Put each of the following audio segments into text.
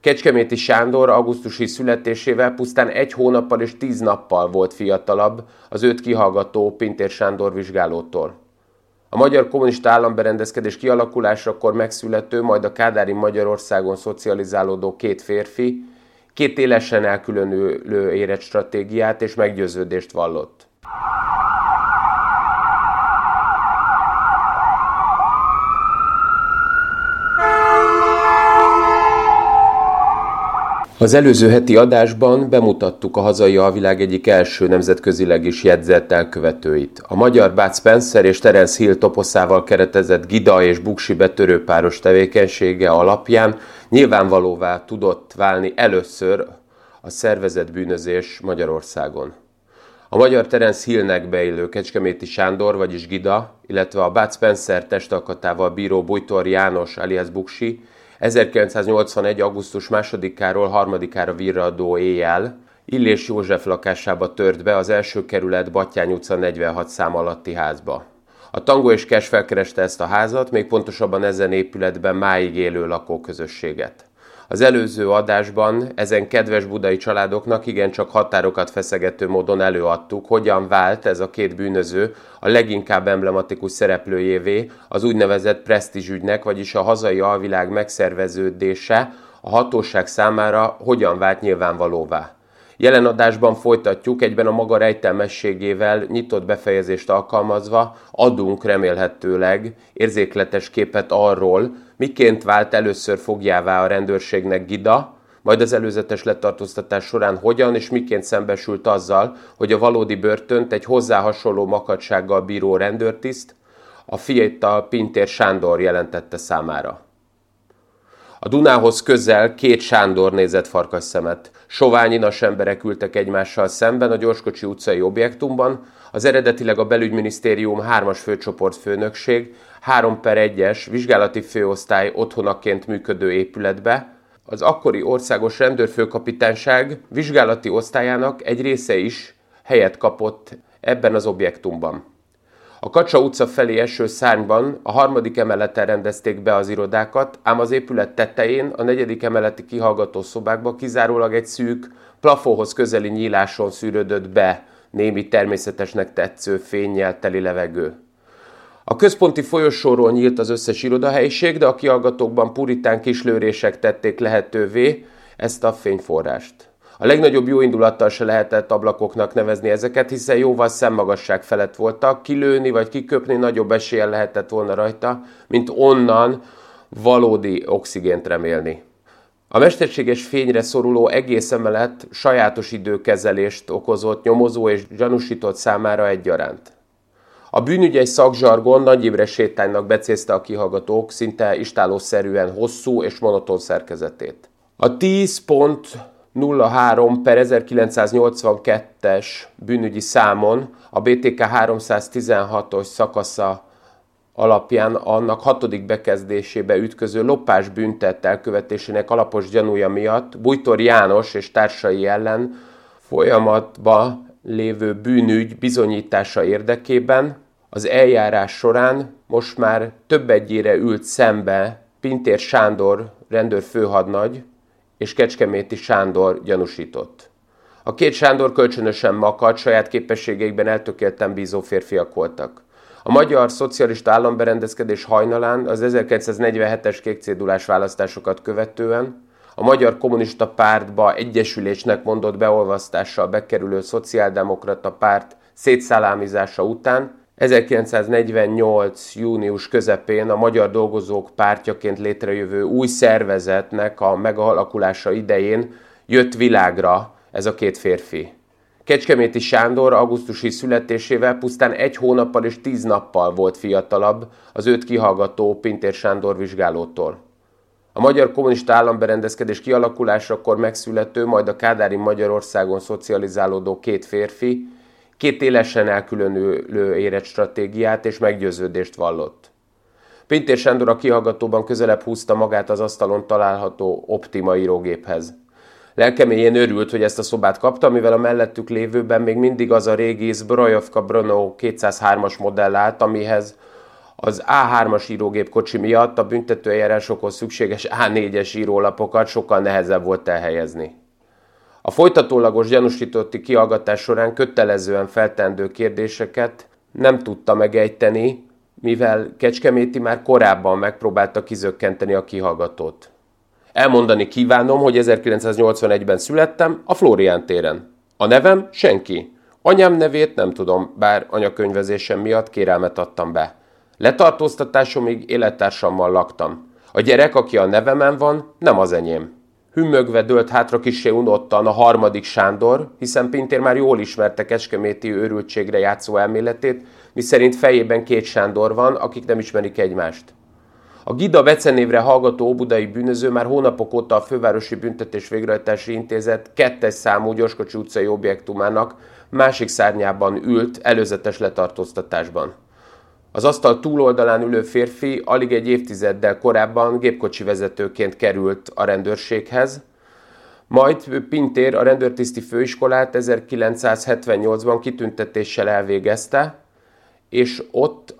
Kecskeméti Sándor augusztusi születésével pusztán 1 hónappal és 10 nappal volt fiatalabb az őt kihallgató Pintér Sándor vizsgálótól. A magyar kommunista államberendezkedés kialakulásakor megszülető, majd a kádári Magyarországon szocializálódó két férfi két élesen elkülönülő életstratégiát és meggyőződést vallott. Az előző heti adásban bemutattuk a hazai alvilág egyik első nemzetközileg is jegyzett elkövetőit. A magyar Bud Spencer és Terence Hill toposzával keretezett Gida és Buksi betörőpáros tevékenysége alapján nyilvánvalóvá tudott válni először a szervezett bűnözés Magyarországon. A magyar Terence Hillnek beillő Kecskeméti Sándor, vagyis Gida, illetve a Bud Spencer testalkatával bíró Bújtor János alias Buksi 1981. augusztus 2-áról 3-ára virradó éjjel Illés József lakásába tört be az első kerület Batthyány utca 46 szám alatti házba. A Tango és Cash felkereste ezt a házat, még pontosabban ezen épületben máig élő lakóközösséget. Az előző adásban ezen kedves budai családoknak igencsak határokat feszegető módon előadtuk, hogyan vált ez a két bűnöző a leginkább emblematikus szereplőjévé az úgynevezett presztízsügynek, vagyis a hazai alvilág megszerveződése a hatóság számára hogyan vált nyilvánvalóvá. Jelen adásban folytatjuk, egyben a maga rejtelmességével nyitott befejezést alkalmazva adunk remélhetőleg érzékletes képet arról, miként vált először foglyává a rendőrségnek Gida, majd az előzetes letartóztatás során hogyan és miként szembesült azzal, hogy a valódi börtönt egy hozzá hasonló makacsággal bíró rendőrtiszt, a fiatal Pintér Sándor jelentette számára. A Dunához közel két Sándor nézett farkasszemet. Sovány inas emberek ültek egymással szemben a Gyorskocsi utcai objektumban, az eredetileg a belügyminisztérium 3-as főcsoport főnökség 3/1-es vizsgálati főosztály otthonaként működő épületbe, az akkori országos rendőrfőkapitányság vizsgálati osztályának egy része is helyet kapott ebben az objektumban. A Kacsa utca felé eső szárnyban a 3. emeleten rendezték be az irodákat, ám az épület tetején a 4. emeleti kihallgató szobákba kizárólag egy szűk, plafonhoz közeli nyíláson szűrődött be némi természetesnek tetsző fénnyel teli levegő. A központi folyosóról nyílt az összes irodahelyiség, de a kihallgatókban puritán kislőrések tették lehetővé ezt a fényforrást. A legnagyobb jóindulattal se lehetett ablakoknak nevezni ezeket, hiszen jóval szemmagasság felett voltak, kilőni vagy kiköpni nagyobb eséllyel lehetett volna rajta, mint onnan valódi oxigént remélni. A mesterséges fényre szoruló egész emelet sajátos időkezelést okozott nyomozó és gyanúsított számára egyaránt. A bűnügyes szakzsargon Nagy Imre sétánynak becézte a kihallgatók szinte istálószerűen hosszú és monoton szerkezetét. A 10.03/1982-es bűnügyi számon a BTK 316-os szakasza alapján annak 6. bekezdésébe ütköző lopás bűntett elkövetésének alapos gyanúja miatt Bújtor János és társai ellen folyamatban lévő bűnügy bizonyítása érdekében az eljárás során most már többegyére ült szembe Pintér Sándor rendőrfőhadnagy és Kecskeméti Sándor gyanúsított. A két Sándor kölcsönösen makacs, saját képességeikben eltökélten bízó férfiak voltak. A magyar szocialista államberendezkedés hajnalán az 1947-es kékcédulás választásokat követően a Magyar Kommunista Pártba egyesülésnek mondott beolvasztással bekerülő Szociáldemokrata Párt szétszállámizása után 1948. június közepén a Magyar Dolgozók Pártjaként létrejövő új szervezetnek a megalakulása idején jött világra ez a két férfi. Kecskeméti Sándor augusztusi születésével pusztán 1 hónappal és 10 nappal volt fiatalabb az őt kihallgató Pintér Sándor vizsgálótól. A magyar kommunista államberendezkedés kialakulásakor megszülető, majd a kádári Magyarországon szocializálódó két férfi két élesen elkülönülő életstratégiát és meggyőződést vallott. Pintér Sándor a kihallgatóban közelebb húzta magát az asztalon található Optima írógéphez. Lelkeméjén örült, hogy ezt a szobát kapta, mivel a mellettük lévőben még mindig az a régi Zbrojovka Brno 203-as modell állt, amihez Az A3-as írógépkocsi miatt a büntetőeljárásokhoz szükséges A4-es írólapokat sokkal nehezebb volt elhelyezni. A folytatólagos gyanúsítotti kihallgatás során kötelezően feltendő kérdéseket nem tudta megejteni, mivel Kecskeméti már korábban megpróbálta kizökkenteni a kihallgatót. Elmondani kívánom, hogy 1981-ben születtem a Flórián téren. A nevem senki. Anyám nevét nem tudom, bár anyakönyvezésem miatt kérelmet adtam be. Letartóztatásomig élettársammal laktam. A gyerek, aki a nevemen van, nem az enyém. Hümmögve dőlt hátra kissé unottan a harmadik Sándor, hiszen Pintér már jól ismerte kecskeméti őrültségre játszó elméletét, miszerint fejében 2 Sándor van, akik nem ismerik egymást. A Gida becenévre hallgató óbudai bűnöző már hónapok óta a Fővárosi Büntetés Végrehajtási Intézet 2. számú Gyorskocsi utcai objektumának másik szárnyában ült előzetes letartóztatásban. Az asztal túloldalán ülő férfi alig egy évtizeddel korábban gépkocsi vezetőként került a rendőrséghez, majd Pintér a rendőrtiszti főiskolát 1978-ban kitüntetéssel elvégezte, és ott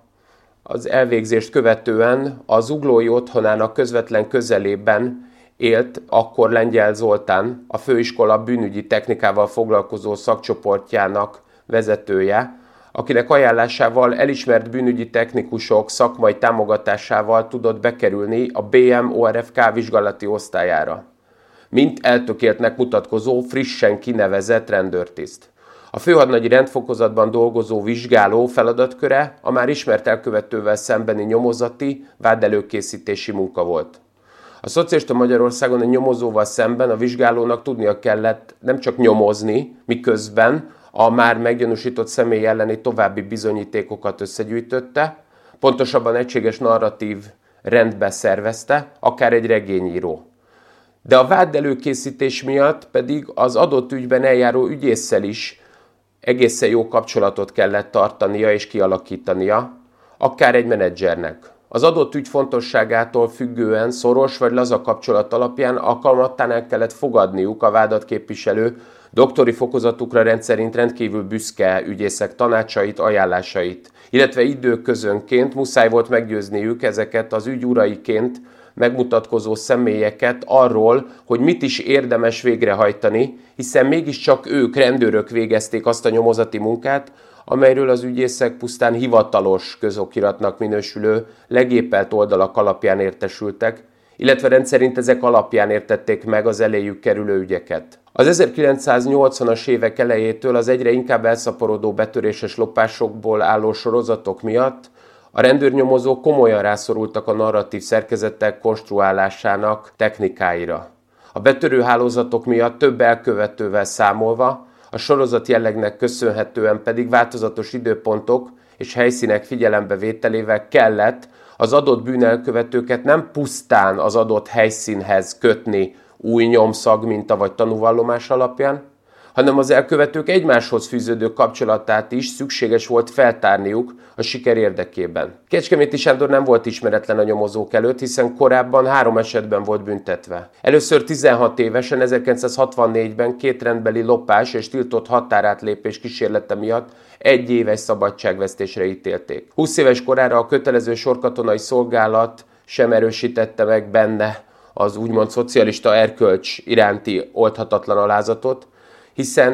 az elvégzést követően a zuglói otthonának közvetlen közelében élt akkor Lengyel Zoltán, a főiskola bűnügyi technikával foglalkozó szakcsoportjának vezetője, akinek ajánlásával elismert bűnügyi technikusok szakmai támogatásával tudott bekerülni a BM-ORFK vizsgálati osztályára, mint eltökéltnek mutatkozó, frissen kinevezett rendőrtiszt. A főhadnagyi rendfokozatban dolgozó vizsgáló feladatköre a már ismert elkövetővel szembeni nyomozati, vádelőkészítési munka volt. A szocialista Magyarországon a nyomozóval szemben a vizsgálónak tudnia kellett nem csak nyomozni, miközben a már meggyanúsított személy elleni további bizonyítékokat összegyűjtötte, pontosabban egységes narratív rendbe szervezte, akár egy regényíró. De a vádelőkészítés miatt pedig az adott ügyben eljáró ügyésszel is egészen jó kapcsolatot kellett tartania és kialakítania, akár egy menedzsernek. Az adott ügy fontosságától függően szoros vagy laza kapcsolat alapján alkalmattán el kellett fogadniuk a vádat képviselő, doktori fokozatukra rendszerint rendkívül büszke ügyészek tanácsait, ajánlásait, illetve időközönként muszáj volt meggyőzniük ezeket az ügy uraiként megmutatkozó személyeket arról, hogy mit is érdemes végrehajtani, hiszen mégiscsak ők, rendőrök végezték azt a nyomozati munkát, amelyről az ügyészek pusztán hivatalos közokiratnak minősülő, legépelt oldalak alapján értesültek, illetve rendszerint ezek alapján értették meg az eléjük kerülő ügyeket. Az 1980-as évek elejétől az egyre inkább elszaporodó betöréses lopásokból álló sorozatok miatt a rendőrnyomozók komolyan rászorultak a narratív szerkezetek konstruálásának technikáira. A betörő hálózatok miatt több elkövetővel számolva, a sorozat jellegnek köszönhetően pedig változatos időpontok és helyszínek figyelembevételével kellett az adott bűnelkövetőket nem pusztán az adott helyszínhez kötni új nyomszag, minta vagy tanúvallomás alapján, hanem az elkövetők egymáshoz fűződő kapcsolatát is szükséges volt feltárniuk a siker érdekében. Kecskeméti Sándor nem volt ismeretlen a nyomozók előtt, hiszen korábban 3 esetben volt büntetve. Először 16 évesen, 1964-ben 2 rendbeli lopás és tiltott határátlépés kísérlete miatt 1 éves szabadságvesztésre ítélték. 20 éves korára a kötelező sorkatonai szolgálat sem erősítette meg benne az úgymond szocialista erkölcs iránti oldhatatlan alázatot, hiszen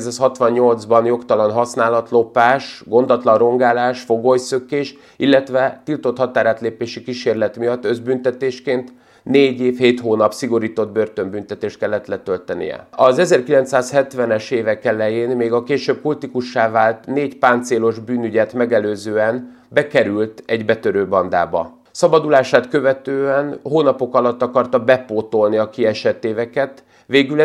1968-ban jogtalan használat, lopás, gondatlan rongálás, fogolyszökés, illetve tiltott határátlépési kísérlet miatt összbüntetésként 4 év 7 hónap szigorított börtönbüntetést kellett letöltenie. Az 1970-es évek elején még a később kultikussá vált 4 páncélos bűnügyet megelőzően bekerült egy betörő bandába. Szabadulását követően hónapok alatt akarta bepótolni a kiesett éveket, végül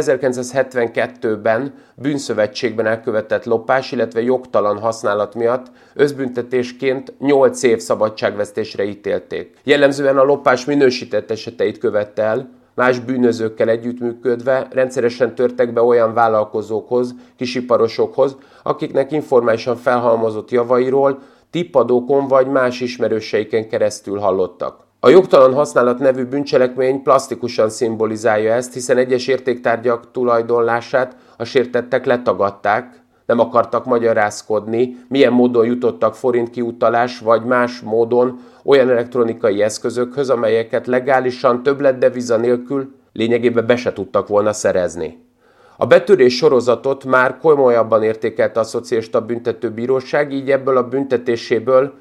1972-ben bűnszövetségben elkövetett lopás, illetve jogtalan használat miatt összbüntetésként 8 év szabadságvesztésre ítélték. Jellemzően a lopás minősített eseteit követte el, más bűnözőkkel együttműködve rendszeresen törtek be olyan vállalkozókhoz, kisiparosokhoz, akiknek informálisan felhalmozott javairól, tippadókon vagy más ismerőseiken keresztül hallottak. A jogtalan használat nevű bűncselekmény plastikusan szimbolizálja ezt, hiszen egyes értéktárgyak tulajdonlását a sértettek letagadták, nem akartak magyarázkodni, milyen módon jutottak forintkiutalás vagy más módon olyan elektronikai eszközökhöz, amelyeket legálisan többletdeviza nélkül lényegében be se tudtak volna szerezni. A betörés sorozatot már komolyabban értékelte a Szocialista Büntetőbíróság, így ebből a büntetéséből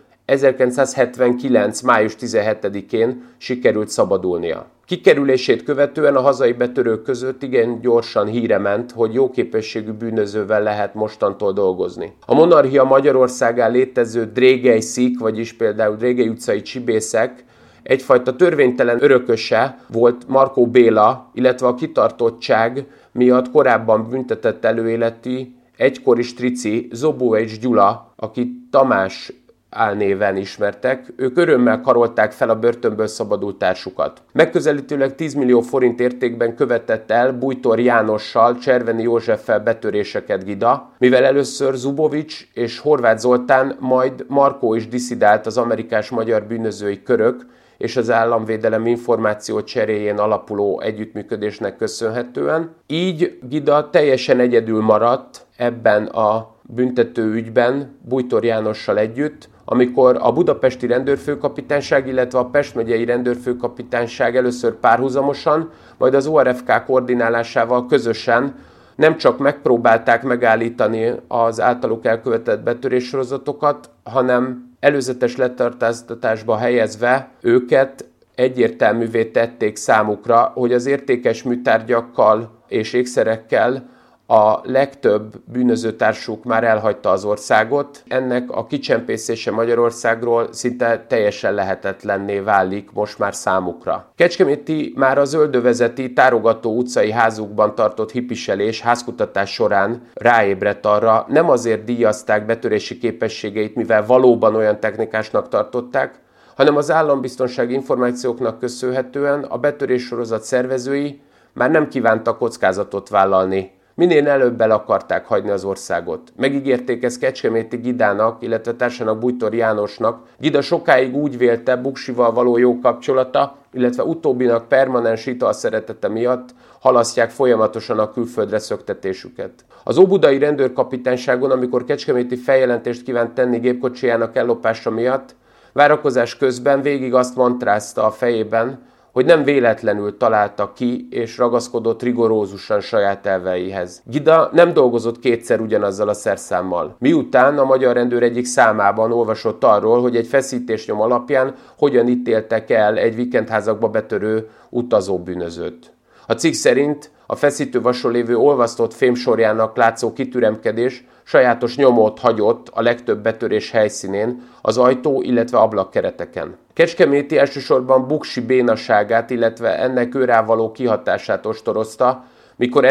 1979. május 17-én sikerült szabadulnia. Kikerülését követően a hazai betörők között igen gyorsan híre ment, hogy jóképességű bűnözővel lehet mostantól dolgozni. A monarchia Magyarországán létező drégely-szik, vagyis például Drégely utcai csibészek egyfajta törvénytelen örököse volt Markó Béla, illetve a kitartottság miatt korábban büntetett előéleti egykori strici Zobóecs Gyula, akit Tamás álnéven ismertek, ők örömmel karolták fel a börtönből szabadult társukat. Megközelítőleg 10 millió forint értékben követett el Bújtor Jánossal, Cserveni Józseffel betöréseket Gida, mivel először Zubovics és Horváth Zoltán, majd Markó is disszidált az amerikás magyar bűnözői körök és az államvédelem információ cseréjén alapuló együttműködésnek köszönhetően. Így Gida teljesen egyedül maradt ebben a büntető ügyben Bújtor Jánossal együtt, amikor a budapesti rendőrfőkapitányság, illetve a Pest megyei rendőrfőkapitányság először párhuzamosan, majd az ORFK koordinálásával közösen nem csak megpróbálták megállítani az általuk elkövetett betöréssorozatokat, hanem előzetes letartóztatásba helyezve őket egyértelművé tették számukra, hogy az értékes műtárgyakkal és ékszerekkel a legtöbb bűnözőtársuk már elhagyta az országot. Ennek a kicsempészése Magyarországról szinte teljesen lehetetlenné válik most már számukra. Kecskeméti már a zöldövezeti Tárogató utcai házukban tartott hipiselés házkutatás során ráébredt arra, nem azért díjazták betörési képességeit, mivel valóban olyan technikásnak tartották, hanem az állambiztonsági információknak köszönhetően a betöréssorozat szervezői már nem kívántak kockázatot vállalni. Minél előbb el akarták hagyni az országot. Megígérték ezt Kecskeméti Gidának, illetve társának Bújtor Jánosnak. Gida sokáig úgy vélte, Buksival való jó kapcsolata, illetve utóbbinak permanens italszeretete miatt halasztják folyamatosan a külföldre szöktetésüket. Az óbudai rendőrkapitányságon, amikor kecskeméti feljelentést kívánt tenni gépkocsijának ellopása miatt, várakozás közben végig azt mantrázta a fejében, hogy nem véletlenül találta ki és ragaszkodott rigorózusan saját elveihez. Gida nem dolgozott kétszer ugyanazzal a szerszámmal. Miután a magyar rendőr egyik számában olvasott arról, hogy egy feszítésnyom alapján hogyan ítéltek el egy vikendházakba betörő utazóbűnözőt. A cikk szerint a feszítővason lévő olvasztott fémsorjának látszó kitüremkedés sajátos nyomot hagyott a legtöbb betörés helyszínén, az ajtó, illetve ablakkereteken. Kecskeméti elsősorban Buksi bénaságát, illetve ennek őrá való kihatását ostorozta, mikor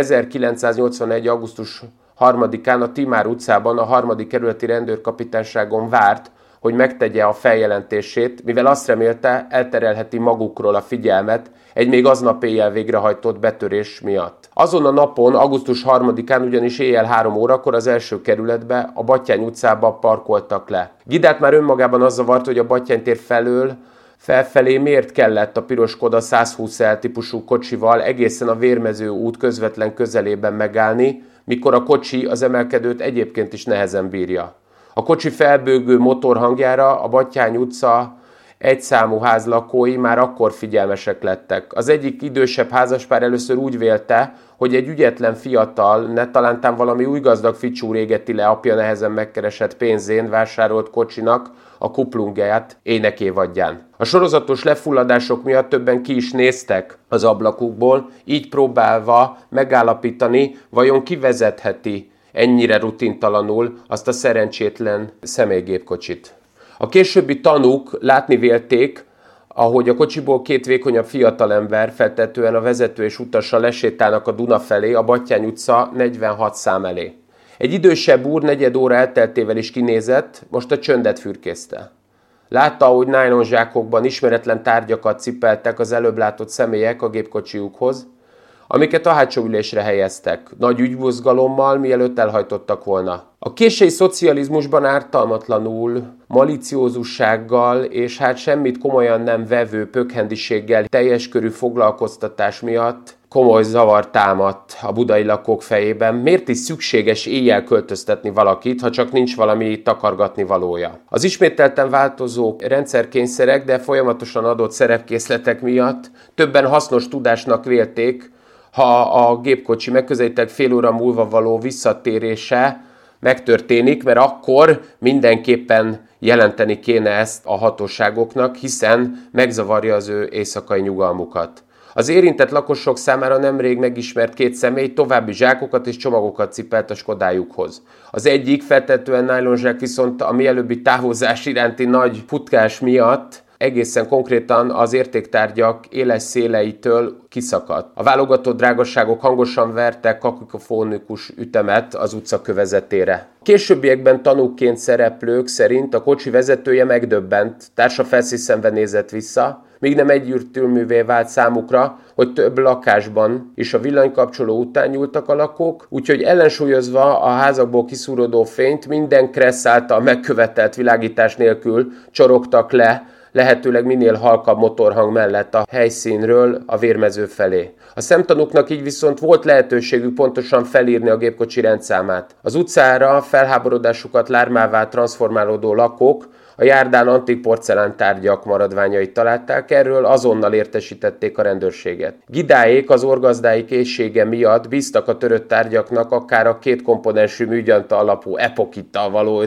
1981. augusztus 3-án a Timár utcában a 3. kerületi rendőrkapitányságon várt, hogy megtegye a feljelentését, mivel azt remélte, elterelheti magukról a figyelmet egy még aznap éjjel végrehajtott betörés miatt. Azon a napon, augusztus 3-án ugyanis éjjel 3 órakor az első kerületbe, a Batthyány utcába parkoltak le. Gidát már önmagában az zavart, hogy a Batthyány tér felől felfelé miért kellett a piros Skoda 120L típusú kocsival egészen a Vérmező út közvetlen közelében megállni, mikor a kocsi az emelkedőt egyébként is nehezen bírja. A kocsi felbőgő motorhangjára a Batthyány utca egyszámú ház lakói már akkor figyelmesek lettek. Az egyik idősebb házaspár először úgy vélte, hogy egy ügyetlen fiatal, ne talántán valami új gazdag ficsúr égeti le apja nehezen megkeresett pénzén vásárolt kocsinak a kuplungját énekévadján. A sorozatos lefulladások miatt többen ki is néztek az ablakukból, így próbálva megállapítani, vajon kivezetheti ennyire rutintalanul azt a szerencsétlen személygépkocsit. A későbbi tanúk látni vélték, ahogy a kocsiból 2 vékonyabb fiatalember, feltetően a vezető és utasa lesétálnak a Duna felé, a Batthyány utca 46 szám elé. Egy idősebb úr 4 óra elteltével is kinézett, most a csöndet fürkészte. Látta, ahogy nájlonzsákokban ismeretlen tárgyakat cipeltek az előbb látott személyek a gépkocsiukhoz, amiket a hátsó ülésre helyeztek, nagy ügymozgalommal, mielőtt elhajtottak volna. A késői szocializmusban ártalmatlanul, maliciózussággal és semmit komolyan nem vevő pökhendiséggel teljes körű foglalkoztatás miatt Komoly zavar támadt a budai lakók fejében. Miért is szükséges éjjel költöztetni valakit, ha csak nincs valami takargatni valója? Az ismételten változó rendszerkényszerek, de folyamatosan adott szerepkészletek miatt többen hasznos tudásnak vélték, ha a gépkocsi megközelítőleg fél óra múlva való visszatérése megtörténik, mert akkor mindenképpen jelenteni kéne ezt a hatóságoknak, hiszen megzavarja az ő éjszakai nyugalmukat. Az érintett lakosok számára nemrég megismert két személy további zsákokat és csomagokat cipelt a Skodájukhoz. Az egyik feltetően nájlonzsák viszont a mielőbbi távozás iránti nagy futkás miatt egészen konkrétan az értéktárgyak éles széleitől kiszakadt. A válogatott drágaságok hangosan vertek kakofonikus ütemet az utca kövezetére. Későbbiekben tanúként szereplők szerint a kocsi vezetője megdöbbent, társa felsziszenve nézett vissza, míg nem egyértelművé vált számukra, hogy több lakásban is a villanykapcsoló után nyúltak a lakók, úgyhogy ellensúlyozva a házakból kiszúródó fényt minden kressz által megkövetelt világítás nélkül csorogtak le, lehetőleg minél halkabb motorhang mellett a helyszínről a vérmező felé. A szemtanúknak így viszont volt lehetőségük pontosan felírni a gépkocsi rendszámát. Az utcára felháborodásukat lármává transformálódó lakók a járdán antik porcelántárgyak maradványait találták, erről azonnal értesítették a rendőrséget. Gidáék az orgazdái készsége miatt bíztak a törött tárgyaknak akár a két komponensű műgyanta alapú epokittal való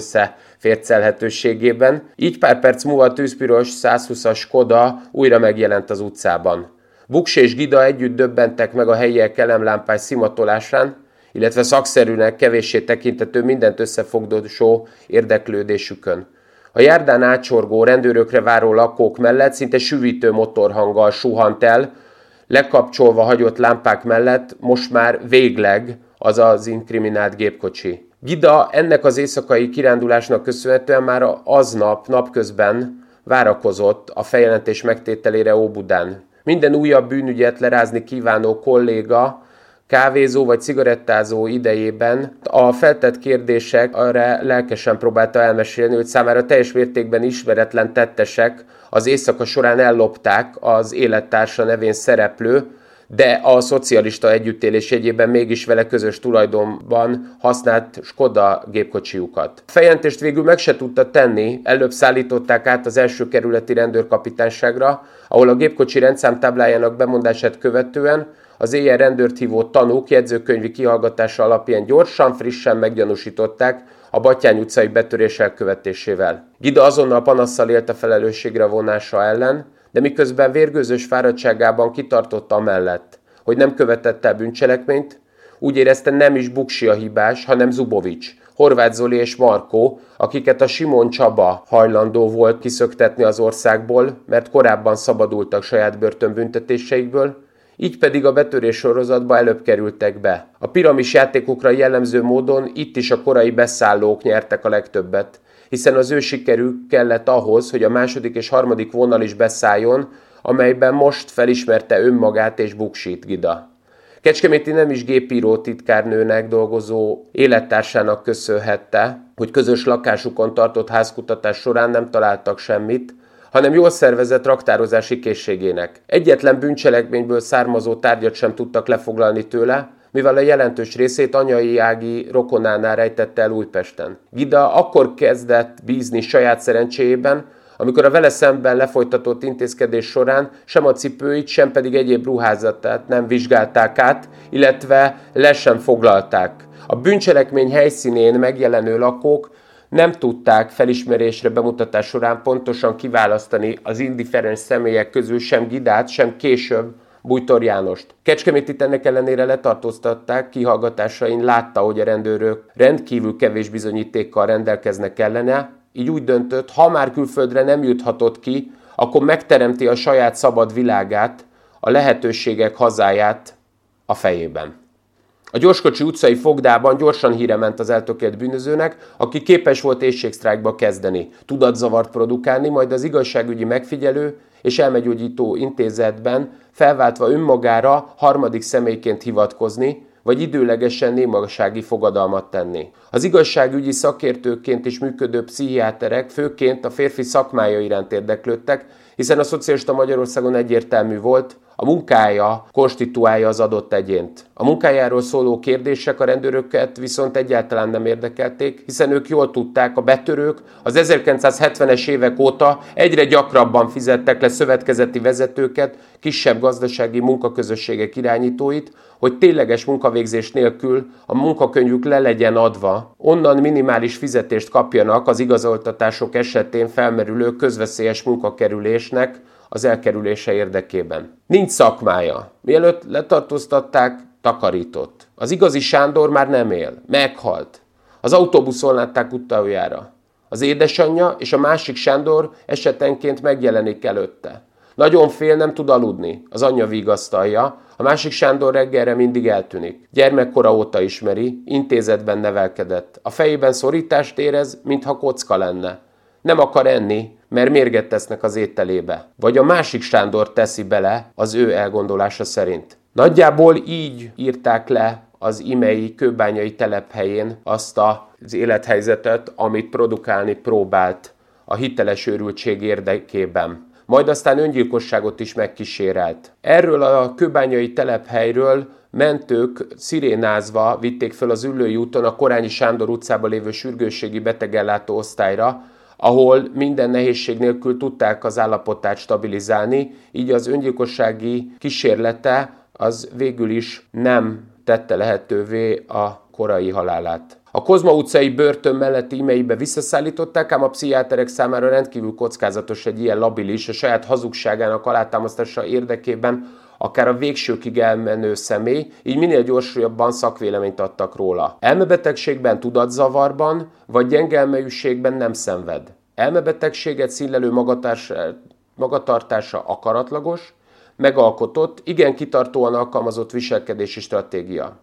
összefércelhetőségében, így pár perc múlva a tűzpiros 120-as Skoda újra megjelent az utcában. Buksi és Gida együtt döbbentek meg a helyiek elemlámpás szimatolásán, illetve szakszerűnek kevéssé tekintető mindent összefogdosó érdeklődésükön. A járdán átsorgó, rendőrökre váró lakók mellett szinte süvítő motorhanggal suhant el, lekapcsolva hagyott lámpák mellett most már végleg az inkriminált gépkocsi. Gida ennek az éjszakai kirándulásnak köszönhetően már aznap napközben várakozott a feljelentés megtételére Óbudán. Minden újabb bűnügyet lerázni kívánó kolléga kávézó vagy cigarettázó idejében a feltett kérdésekre lelkesen próbálta elmesélni, hogy számára teljes mértékben ismeretlen tettesek az éjszaka során ellopták az élettársa nevén szereplő, de a szocialista együttélés jegyében mégis vele közös tulajdonban használt Skoda gépkocsiukat. A feljelentést végül meg se tudta tenni, előbb szállították át az első kerületi rendőrkapitányságra, ahol a gépkocsi rendszámtáblájának bemondását követően az éjjel rendőrt hívó tanúk jegyzőkönyvi kihallgatása alapján gyorsan, frissen meggyanúsították a Batthyány utcai betörés elkövetésével. Gida azonnal panasszal élt a felelősségre vonása ellen, de miközben vérgőzös fáradtságában kitartott amellett, hogy nem követett el bűncselekményt, úgy érezte nem is Buksi a hibás, hanem Zubovics, Horváth Zoli és Markó, akiket a Simon Csaba hajlandó volt kiszöktetni az országból, mert korábban szabadultak saját börtönbüntetéseikből, így pedig a betörés sorozatba előbb kerültek be. A piramis játékokra jellemző módon itt is a korai beszállók nyertek a legtöbbet, hiszen az ő sikerük kellett ahhoz, hogy a második és harmadik vonal is beszálljon, amelyben most felismerte önmagát és Buksit Gida. Kecskeméti nem is gépíró titkárnőnek dolgozó élettársának köszönhette, hogy közös lakásukon tartott házkutatás során nem találtak semmit, hanem jól szervezett raktározási készségének. Egyetlen bűncselekményből származó tárgyat sem tudtak lefoglalni tőle, mivel a jelentős részét anyai ági rokonánál rejtette el Újpesten. Gida akkor kezdett bízni saját szerencséjében, amikor a vele szemben lefolytatott intézkedés során sem a cipőit, sem pedig egyéb ruházatát nem vizsgálták át, illetve le sem foglalták. A bűncselekmény helyszínén megjelenő lakók nem tudták felismerésre bemutatás során pontosan kiválasztani az indiferens személyek közül sem Gidát, sem később Bújtor Jánost. Kecskemétit ennek ellenére letartóztatták, kihallgatásain látta, hogy a rendőrök rendkívül kevés bizonyítékkal rendelkeznek ellene, így úgy döntött, ha már külföldre nem juthatott ki, akkor megteremti a saját szabad világát, a lehetőségek hazáját a fejében. A Gyorskocsi utcai fogdában gyorsan híre ment az eltökélt bűnözőnek, aki képes volt éhségsztrájkba kezdeni, tudatzavart produkálni, majd az igazságügyi megfigyelő és elmegyógyító intézetben felváltva önmagára harmadik személyként hivatkozni, vagy időlegesen némasági fogadalmat tenni. Az igazságügyi szakértőként is működő pszichiáterek főként a férfi szakmája iránt érdeklődtek, hiszen a szocialista Magyarországon egyértelmű volt, A munkája konstituálja az adott egyént. A munkájáról szóló kérdések a rendőröket viszont egyáltalán nem érdekelték, hiszen ők jól tudták, a betörők az 1970-es évek óta egyre gyakrabban fizettek le szövetkezeti vezetőket, kisebb gazdasági munkaközösségek irányítóit, hogy tényleges munkavégzés nélkül a munkakönyvük le legyen adva, onnan minimális fizetést kapjanak az igazoltatások esetén felmerülő közveszélyes munkakerülésnek az elkerülése érdekében. Nincs szakmája. Mielőtt letartóztatták, takarított. Az igazi Sándor már nem él. Meghalt. Az autóbuszon látták utoljára. Az édesanyja és a másik Sándor esetenként megjelenik előtte. Nagyon fél, nem tud aludni. Az anyja vigasztalja, a másik Sándor reggelre mindig eltűnik. Gyermekkora óta ismeri, intézetben nevelkedett. A fejében szorítást érez, mintha kocka lenne. Nem akar enni, mert mérget tesznek az ételébe. Vagy a másik Sándor teszi bele az ő elgondolása szerint. Nagyjából így írták le az imei kőbányai telephelyén azt az élethelyzetet, amit produkálni próbált a hiteles őrültség érdekében. Majd aztán öngyilkosságot is megkísérelt. Erről a kőbányai telephelyről mentők szirénázva vitték föl az Üllői úton a Korányi Sándor utcában lévő sürgősségi betegellátó osztályra, ahol minden nehézség nélkül tudták az állapotát stabilizálni, így az öngyilkossági kísérlete az végül is nem tette lehetővé a korai halálát. A Kozma utcai börtön melletti imeibe visszaszállították, ám a pszichiáterek számára rendkívül kockázatos egy ilyen labilis, a saját hazugságának alátámasztása érdekében akár a végsőkig elmenő személy, így minél gyorsabban szakvéleményt adtak róla. Elmebetegségben, tudatzavarban vagy gyenge elmejűségben nem szenved. Elmebetegséget színlelő magatartása akaratlagos, megalkotott, igen kitartóan alkalmazott viselkedési stratégia.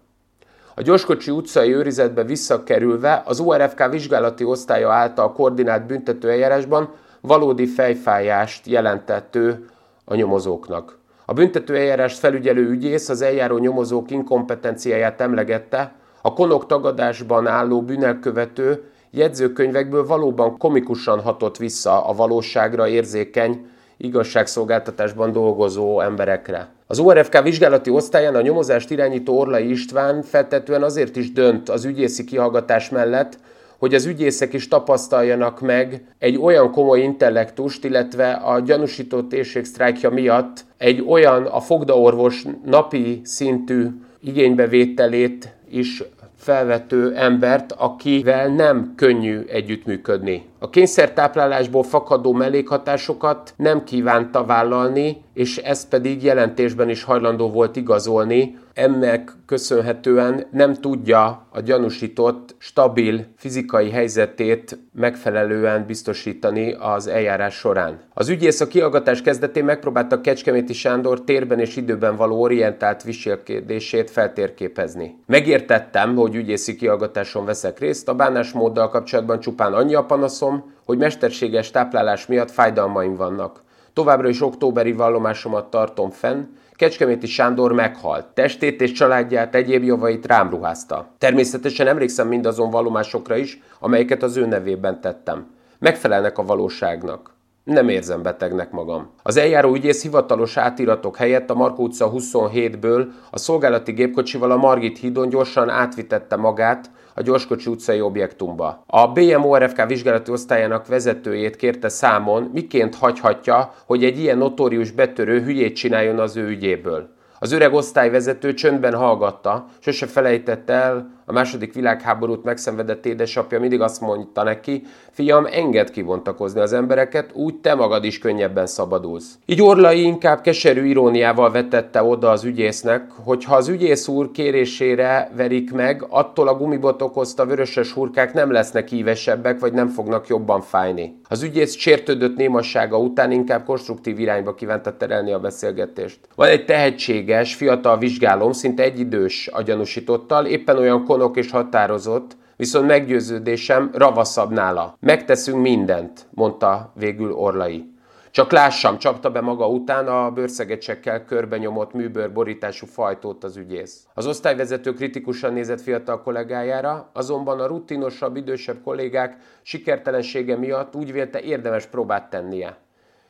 A Gyorskocsi utcai őrizetbe visszakerülve az ORFK vizsgálati osztálya által koordinált büntetőeljárásban valódi fejfájást jelentett ő a nyomozóknak. A büntetőeljárást felügyelő ügyész az eljáró nyomozók inkompetenciáját emlegette, a konok tagadásban álló bűnelkövető jegyzőkönyvekből valóban komikusan hatott vissza a valóságra érzékeny, igazságszolgáltatásban dolgozó emberekre. Az ORFK vizsgálati osztályán a nyomozást irányító Orlai István feltetően azért is dönt az ügyészi kihallgatás mellett, hogy az ügyészek is tapasztaljanak meg egy olyan komoly intellektust, illetve a gyanúsított éhségsztrájkja miatt egy olyan a fogdaorvos napi szintű igénybevételét is felvető embert, akivel nem könnyű együttműködni. A kényszertáplálásból fakadó mellékhatásokat nem kívánta vállalni, és ezt pedig jelentésben is hajlandó volt igazolni. Ennek köszönhetően nem tudja a gyanúsított stabil fizikai helyzetét megfelelően biztosítani az eljárás során. Az ügyész a kihallgatás kezdetén megpróbálta Kecskeméti Sándor térben és időben való orientált viselkedését feltérképezni. Megértettem, hogy ügyészi kihallgatáson veszek részt, a bánásmóddal kapcsolatban csupán annyi a panaszom, hogy mesterséges táplálás miatt fájdalmaim vannak. Továbbra is októberi vallomásomat tartom fenn, Kecskeméti Sándor meghalt. Testét és családját, egyéb javait rám ruházta. Természetesen emlékszem mindazon vallomásokra is, amelyeket az ő nevében tettem. Megfelelnek a valóságnak. Nem érzem betegnek magam. Az eljáró ügyész hivatalos átiratok helyett a Markó utca 27-ből a szolgálati gépkocsival a Margit hídon gyorsan átvitette magát a Gyorskocsi utcai objektumba. A BM-ORFK vizsgálati osztályának vezetőjét kérte számon, miként hagyhatja, hogy egy ilyen notórius betörő hülyét csináljon az ő ügyéből. Az öreg osztályvezető csöndben hallgatta, sose felejtette el, a II. Világháborút megszenvedett édesapja mindig azt mondta neki, fiam, engedd kivontakozni az embereket, úgy te magad is könnyebben szabadulsz. Így Orlai inkább keserű iróniával vetette oda az ügyésznek, hogy ha az ügyész úr kérésére verik meg, attól a gumibot okozta vöröses hurkák nem lesznek ívesebbek, vagy nem fognak jobban fájni. Az ügyész sértődött némassága után inkább konstruktív irányba kívánta terelni a beszélgetést. Van egy tehetséges, fiatal vizsgálóm, szinte egyidős a gyanúsítottal, éppen olyan konok és határozott, viszont meggyőződésem ravaszabb nála. Megteszünk mindent, mondta végül Orlai. Csak lássam, csapta be maga után a bőrszegecsekkel körbenyomott műbőrborítású fajtót az ügyész. Az osztályvezető kritikusan nézett fiatal kollégájára, azonban a rutinosabb, idősebb kollégák sikertelensége miatt úgy vélte érdemes próbát tennie.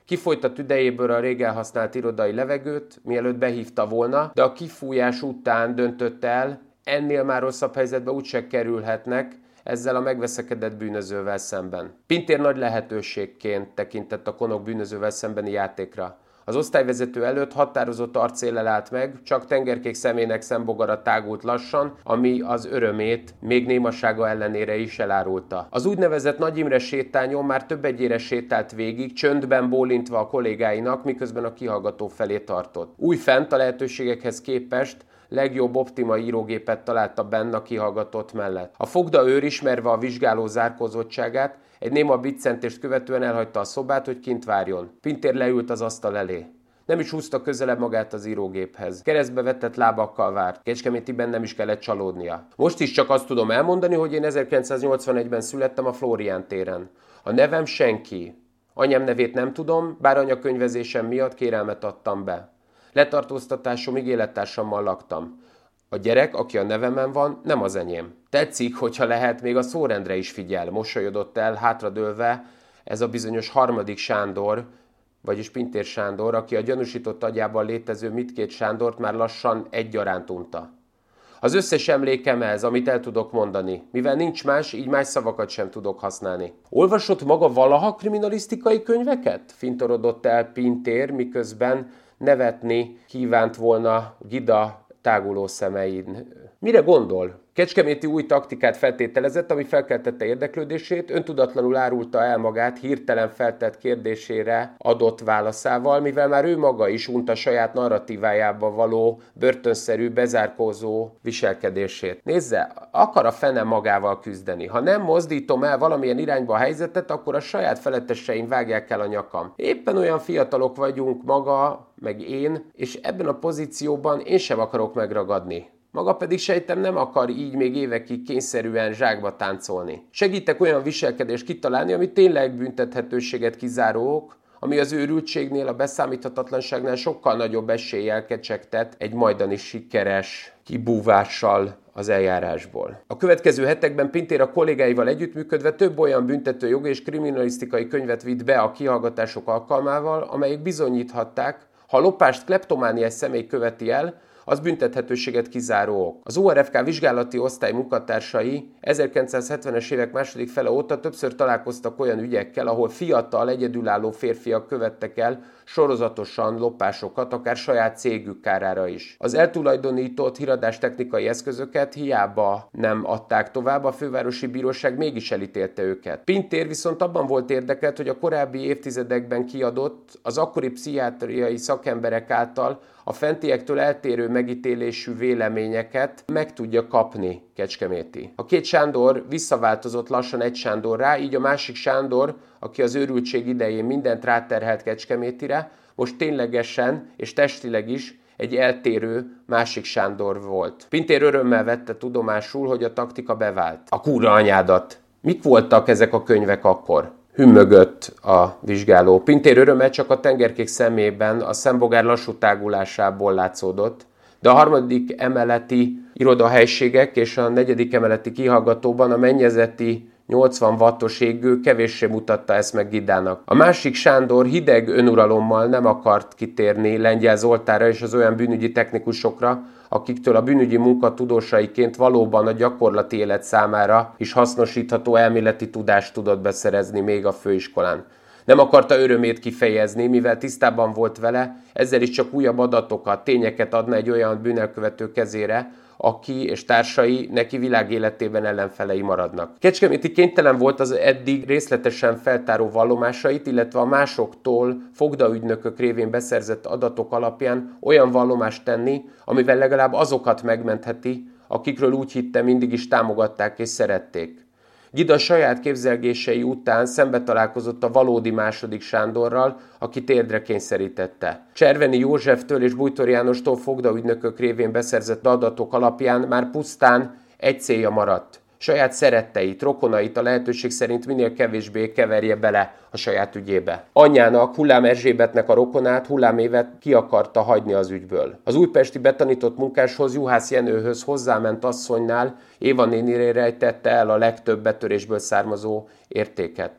Kifolyt a tüdejéből a rég elhasznált irodai levegőt, mielőtt behívta volna, de a kifújás után döntött el, ennél már rosszabb helyzetbe úgyse kerülhetnek, ezzel a megveszekedett bűnözővel szemben. Pintér nagy lehetőségként tekintett a konok bűnözővel szembeni játékra. Az osztályvezető előtt határozott arcéllel állt meg, csak tengerkék szemének szembogara tágult lassan, ami az örömét még némasága ellenére is elárulta. Az úgynevezett Nagy Imre sétányon már több egyére sétált végig, csöndben bólintva a kollégáinak, miközben a kihallgató felé tartott. Újfent a lehetőségekhez képest legjobb optima írógépet találta benne a kihallgatott mellett. A fogdaőr ismerve a vizsgáló zárkózottságát, egy néma biccentést követően elhagyta a szobát, hogy kint várjon. Pintér leült az asztal elé. Nem is húzta közelebb magát az írógéphez. Keresztbe vetett lábakkal várt. Kecskemétiben nem is kellett csalódnia. Most is csak azt tudom elmondani, hogy én 1981-ben születtem a Flórián téren. A nevem senki. Anyám nevét nem tudom, bár anyakönyvezésem miatt kérelmet adtam be. Letartóztatásomig élettársammal laktam. A gyerek, aki a nevemen van, nem az enyém. Tetszik, hogyha lehet, még a szórendre is figyel, mosolyodott el, hátradőlve ez a bizonyos harmadik Sándor, vagyis Pintér Sándor, aki a gyanúsított agyában létező mindkét Sándort már lassan egyaránt unta. Az összes emlékem ez, amit el tudok mondani. Mivel nincs más, így más szavakat sem tudok használni. Olvasott maga valaha kriminalisztikai könyveket? Fintorodott el Pintér, miközben nevetni kívánt volna Gida táguló szemein. Mire gondol? Kecskeméti új taktikát feltételezett, ami felkeltette érdeklődését, öntudatlanul árulta el magát hirtelen feltett kérdésére adott válaszával, mivel már ő maga is unta saját narratívájába való, börtönszerű, bezárkózó viselkedését. Nézze, akar a fene magával küzdeni. Ha nem mozdítom el valamilyen irányba a helyzetet, akkor a saját feletteseim vágják el a nyakam. Éppen olyan fiatalok vagyunk maga, meg én, és ebben a pozícióban én sem akarok megragadni. Maga pedig sejtem nem akar így még évekig kényszerűen zsákba táncolni. Segítek olyan viselkedést kitalálni, ami tényleg büntethetőséget kizáró ok, ami az őrültségnél, a beszámíthatatlanságnál sokkal nagyobb eséllyel kecsegtet egy majdani sikeres kibúvással az eljárásból. A következő hetekben Pintér a kollégáival együttműködve több olyan büntető jogi és kriminalisztikai könyvet vitt be a kihallgatások alkalmával, amelyek bizonyíthatták, ha a lopást kleptomániás személy követi el, az büntethetőséget kizáró ok. Az ORFK vizsgálati osztály munkatársai 1970-es évek második fele óta többször találkoztak olyan ügyekkel, ahol fiatal, egyedülálló férfiak követtek el sorozatosan lopásokat, akár saját cégük kárára is. Az eltulajdonított híradástechnikai eszközöket hiába nem adták tovább, a fővárosi bíróság mégis elítélte őket. Pintér viszont abban volt érdekelt, hogy a korábbi évtizedekben kiadott, az akkori pszichiátriai szakemberek által a fentiektől eltérő megítélésű véleményeket meg tudja kapni Kecskeméti. A két Sándor visszaváltozott lassan egy Sándorrá, így a másik Sándor, aki az őrültség idején mindent ráterhelt Kecskemétire, most ténylegesen és testileg is egy eltérő másik Sándor volt. Pintér örömmel vette tudomásul, hogy a taktika bevált. A kurva anyádat! Mik voltak ezek a könyvek akkor? Hümmögött a vizsgáló. Pintér öröme csak a tengerkék szemében a szembogár lassú tágulásából látszódott, de a harmadik emeleti irodahelységek és a negyedik emeleti kihallgatóban a mennyezeti 80 wattos égő kevéssé mutatta ezt meg Gidának. A másik Sándor hideg önuralommal nem akart kitérni Lengyel Zoltánra és az olyan bűnügyi technikusokra, akiktől a bűnügyi munka tudósaiként valóban a gyakorlati élet számára is hasznosítható elméleti tudást tudott beszerezni még a főiskolán. Nem akarta örömét kifejezni, mivel tisztában volt vele, ezzel is csak újabb adatokat, tényeket adna egy olyan bűnelkövető kezére, aki és társai neki világéletében ellenfelei maradnak. Kecskeméti kénytelen volt az eddig részletesen feltáró vallomásait, illetve a másoktól fogdaügynökök révén beszerzett adatok alapján olyan vallomást tenni, amivel legalább azokat megmentheti, akikről úgy hitte mindig is támogatták és szerették. Gida saját képzelgései után szembe találkozott a valódi második Sándorral, aki térdre kényszerítette. Cserveni Józseftől és Bújtor Jánostól fogdaügynökök révén beszerzett adatok alapján már pusztán egy célja maradt. Saját szeretteit, rokonait a lehetőség szerint minél kevésbé keverje bele a saját ügyébe. Anyjának, Hullám Erzsébetnek a rokonát, Hullám Évet ki akarta hagyni az ügyből. Az újpesti betanított munkáshoz, Juhász Jenőhöz hozzáment asszonynál Éva nénire rejtette el a legtöbb betörésből származó értéket.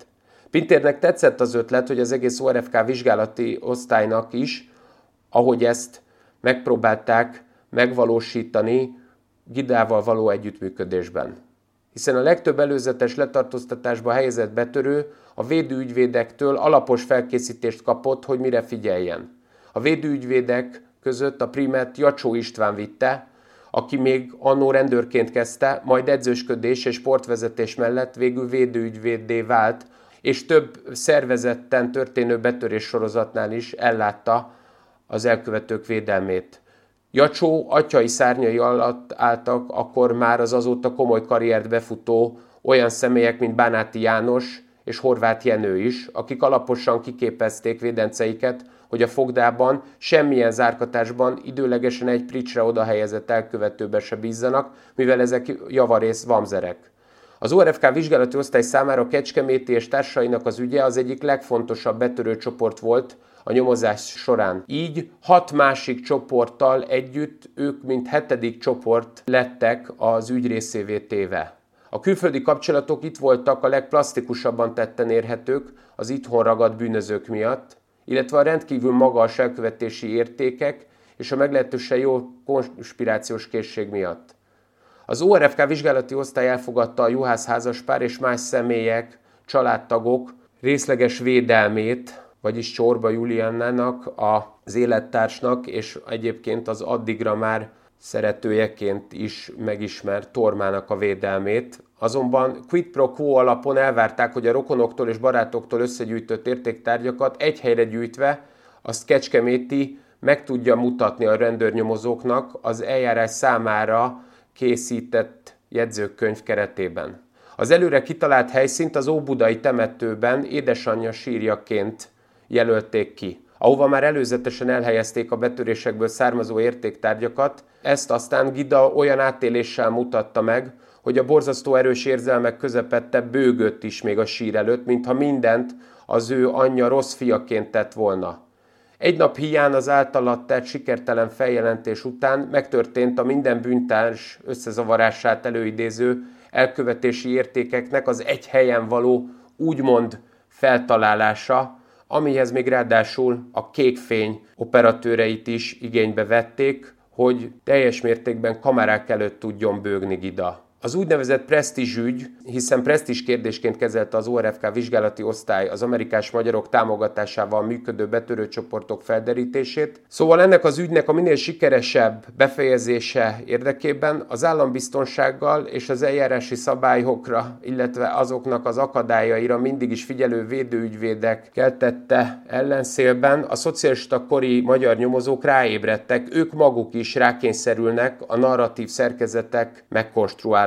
Pintérnek tetszett az ötlet, hogy az egész ORFK vizsgálati osztálynak is, ahogy ezt megpróbálták megvalósítani Gidával való együttműködésben. Hiszen a legtöbb előzetes letartóztatásba helyezett betörő a védőügyvédektől alapos felkészítést kapott, hogy mire figyeljen. A védőügyvédek között a primet Jacsó István vitte, aki még annó rendőrként kezdte, majd edzősködés és sportvezetés mellett végül védőügyvéddé vált, és több szervezetten történő betörés sorozatnál is ellátta az elkövetők védelmét. Jacsó atyai szárnyai alatt álltak akkor már az azóta komoly karriert befutó olyan személyek, mint Bánáti János és Horváth Jenő is, akik alaposan kiképezték védenceiket, hogy a fogdában semmilyen zárkatásban időlegesen egy pricsre odahelyezett elkövetőbe se bízzanak, mivel ezek javarész vamzerek. Az ORFK vizsgálati osztály számára Kecskeméti és társainak az ügye az egyik legfontosabb betörőcsoport volt a nyomozás során. Így 6 másik csoporttal együtt ők mint 7. csoport lettek az ügy részévé téve. A külföldi kapcsolatok itt voltak a legplasztikusabban tetten érhetők az itthon ragadt bűnözők miatt, illetve a rendkívül magas elkövetési értékek és a meglehetősen jó konspirációs készség miatt. Az ORFK vizsgálati osztály elfogadta a juhász házaspár és más személyek, családtagok részleges védelmét, vagyis Csorba Juliannának, az élettársnak és egyébként az addigra már szeretőjeként is megismert Tormának a védelmét. Azonban quid pro quo alapon elvárták, hogy a rokonoktól és barátoktól összegyűjtött értéktárgyakat egy helyre gyűjtve azt Kecskeméti meg tudja mutatni a rendőrnyomozóknak az eljárás számára készített jegyzőkönyv keretében. Az előre kitalált helyszínt az óbudai temetőben édesanyja sírjaként jelölték ki, ahova már előzetesen elhelyezték a betörésekből származó értéktárgyakat. Ezt aztán Gida olyan átéléssel mutatta meg, hogy a borzasztó erős érzelmek közepette bőgött is még a sír előtt, mintha mindent az ő anyja rossz fiaként tett volna. Egy nap híján az általa tett sikertelen feljelentés után megtörtént a minden bűntárs összezavarását előidéző elkövetési értékeknek az egy helyen való úgymond feltalálása, amihez még ráadásul a Kékfény operatőreit is igénybe vették, hogy teljes mértékben kamerák előtt tudjon bőgni Gida. Az úgynevezett presztízsügy, hiszen presztízs kérdésként kezelte az ORFK vizsgálati osztály az amerikás magyarok támogatásával működő betörőcsoportok felderítését. Szóval ennek az ügynek a minél sikeresebb befejezése érdekében az állambiztonsággal és az eljárási szabályokra, illetve azoknak az akadályaira mindig is figyelő védőügyvédek keltette ellenszélben a szocialista kori magyar nyomozók ráébredtek, ők maguk is rákényszerülnek a narratív szerkezetek megkonstruálására.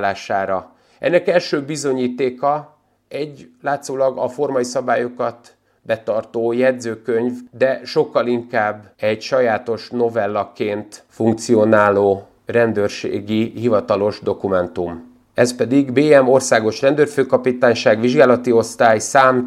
Ennek első bizonyítéka egy látszólag a formai szabályokat betartó jegyzőkönyv, de sokkal inkább egy sajátos novellaként funkcionáló rendőrségi hivatalos dokumentum. Ez pedig BM Országos Rendőrfőkapitányság vizsgálati osztály szám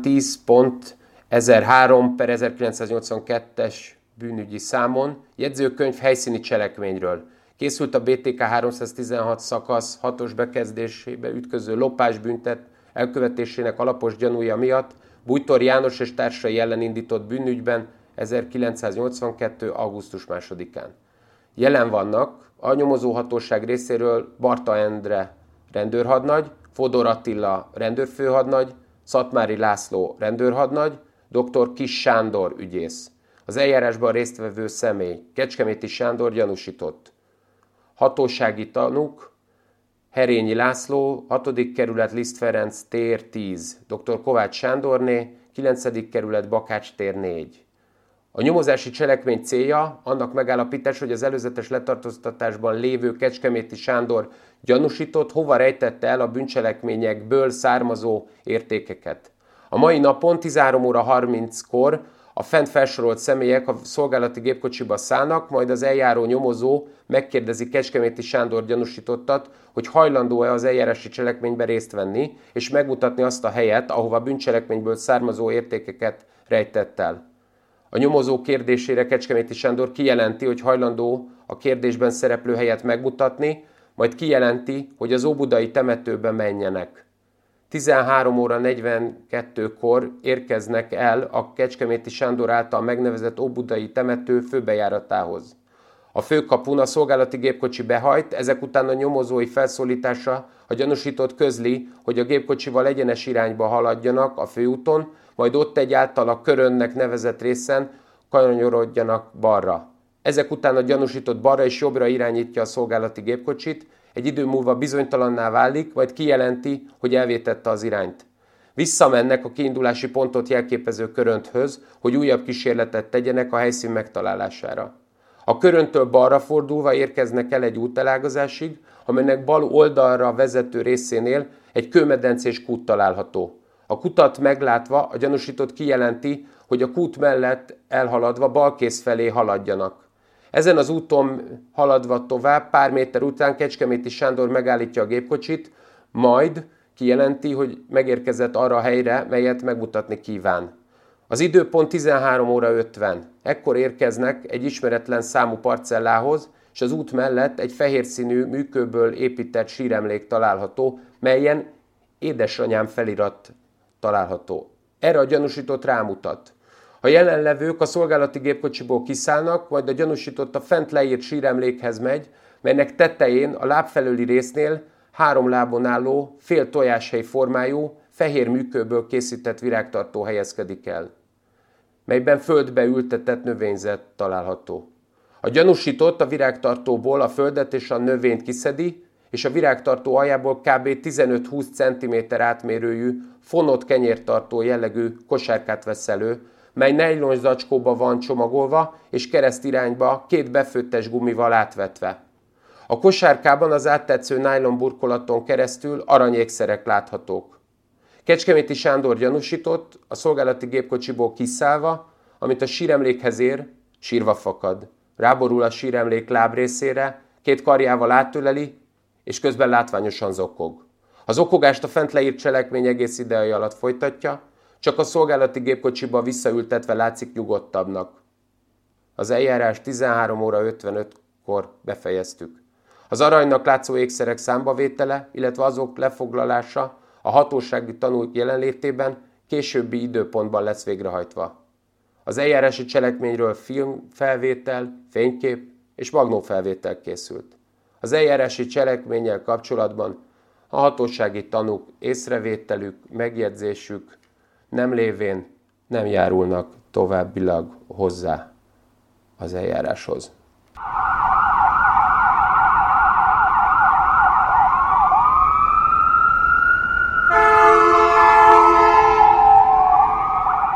10.1003/1982-es bűnügyi számon jegyzőkönyv helyszíni cselekményről. Készült a BTK 316 szakasz 6-os bekezdésébe ütköző lopásbüntet elkövetésének alapos gyanúja miatt Bújtor János és társai ellen indított bűnügyben 1982. augusztus 2-án. Jelen vannak a nyomozóhatóság részéről Barta Endre rendőrhadnagy, Fodor Attila rendőrfőhadnagy, Szatmári László rendőrhadnagy, dr. Kiss Sándor ügyész. Az eljárásban résztvevő személy Kecskeméti Sándor gyanúsított. Hatósági tanúk: Herényi László, 6. kerület Liszt Ferenc tér 10, dr. Kovács Sándorné, 9. kerület Bakács tér 4. A nyomozási cselekmény célja annak megállapítás, hogy az előzetes letartóztatásban lévő Kecskeméti Sándor gyanúsított hova rejtette el a bűncselekményekből származó értékeket. A mai napon 13:30-kor a fent felsorolt személyek a szolgálati gépkocsiba szállnak, majd az eljáró nyomozó megkérdezi Kecskeméti Sándor gyanúsítottat, hogy hajlandó-e az eljárási cselekményben részt venni, és megmutatni azt a helyet, ahova bűncselekményből származó értékeket rejtett el. A nyomozó kérdésére Kecskeméti Sándor kijelenti, hogy hajlandó a kérdésben szereplő helyet megmutatni, majd kijelenti, hogy az óbudai temetőbe menjenek. 13 óra 42-kor érkeznek el a Kecskeméti Sándor által megnevezett óbudai temető főbejáratához. A főkapun a szolgálati gépkocsi behajt, ezek után a nyomozói felszólítása a gyanúsított közli, hogy a gépkocsival egyenes irányba haladjanak a főúton, majd ott egy általa Körönnek nevezett részen kanyarodjanak balra. Ezek után a gyanúsított balra és jobbra irányítja a szolgálati gépkocsit, egy idő múlva bizonytalanná válik, majd kijelenti, hogy elvétette az irányt. Visszamennek a kiindulási pontot jelképező Körönthöz, hogy újabb kísérletet tegyenek a helyszín megtalálására. A Köröntől balra fordulva érkeznek el egy útelágazásig, amelynek bal oldalra vezető részénél egy kőmedencés kút található. A kutat meglátva a gyanúsított kijelenti, hogy a kút mellett elhaladva balkész felé haladjanak. Ezen az úton haladva tovább, pár méter után Kecskeméti Sándor megállítja a gépkocsit, majd kijelenti, hogy megérkezett arra a helyre, melyet megmutatni kíván. Az időpont 13 óra 50. Ekkor érkeznek egy ismeretlen számú parcellához, és az út mellett egy fehér színű műkőből épített síremlék található, melyen édesanyám felirat található. Erre a gyanúsított rámutat. A jelenlevők a szolgálati gépkocsiból kiszállnak, majd a gyanúsított a fent leírt síremlékhez megy, melynek tetején a lábfelőli résznél 3 lábon álló, fél tojáshely formájú, fehér műkőből készített virágtartó helyezkedik el, melyben földbe ültetett növényzet található. A gyanúsított a virágtartóból a földet és a növényt kiszedi, és a virágtartó aljából kb. 15-20 cm átmérőjű, fonott kenyértartó jellegű kosárkát vesz elő, mely nejlon zacskóba van csomagolva, és keresztirányba 2 befőttes gumival átvetve. A kosárkában az áttetsző nájlon burkolaton keresztül aranyékszerek láthatók. Kecskeméti Sándor gyanúsított, a szolgálati gépkocsiból kiszállva, amit a síremlékhez ér, sírva fakad. Ráborul a síremlék lábrészére, 2 karjával átöleli, és közben látványosan zokog. Az okogást a fent leírt cselekmény egész ideje alatt folytatja, csak a szolgálati gépkocsiba visszaültetve látszik nyugodtabbnak. Az eljárás 13 óra 55-kor befejeztük. Az aranynak látszó ékszerek számbavétele, illetve azok lefoglalása a hatósági tanúk jelenlétében későbbi időpontban lesz végrehajtva. Az eljárási cselekményről filmfelvétel, fénykép és magnófelvétel készült. Az eljárási cselekménnyel kapcsolatban a hatósági tanúk észrevételük, megjegyzésük nem lévén nem járulnak továbbilag hozzá az eljáráshoz.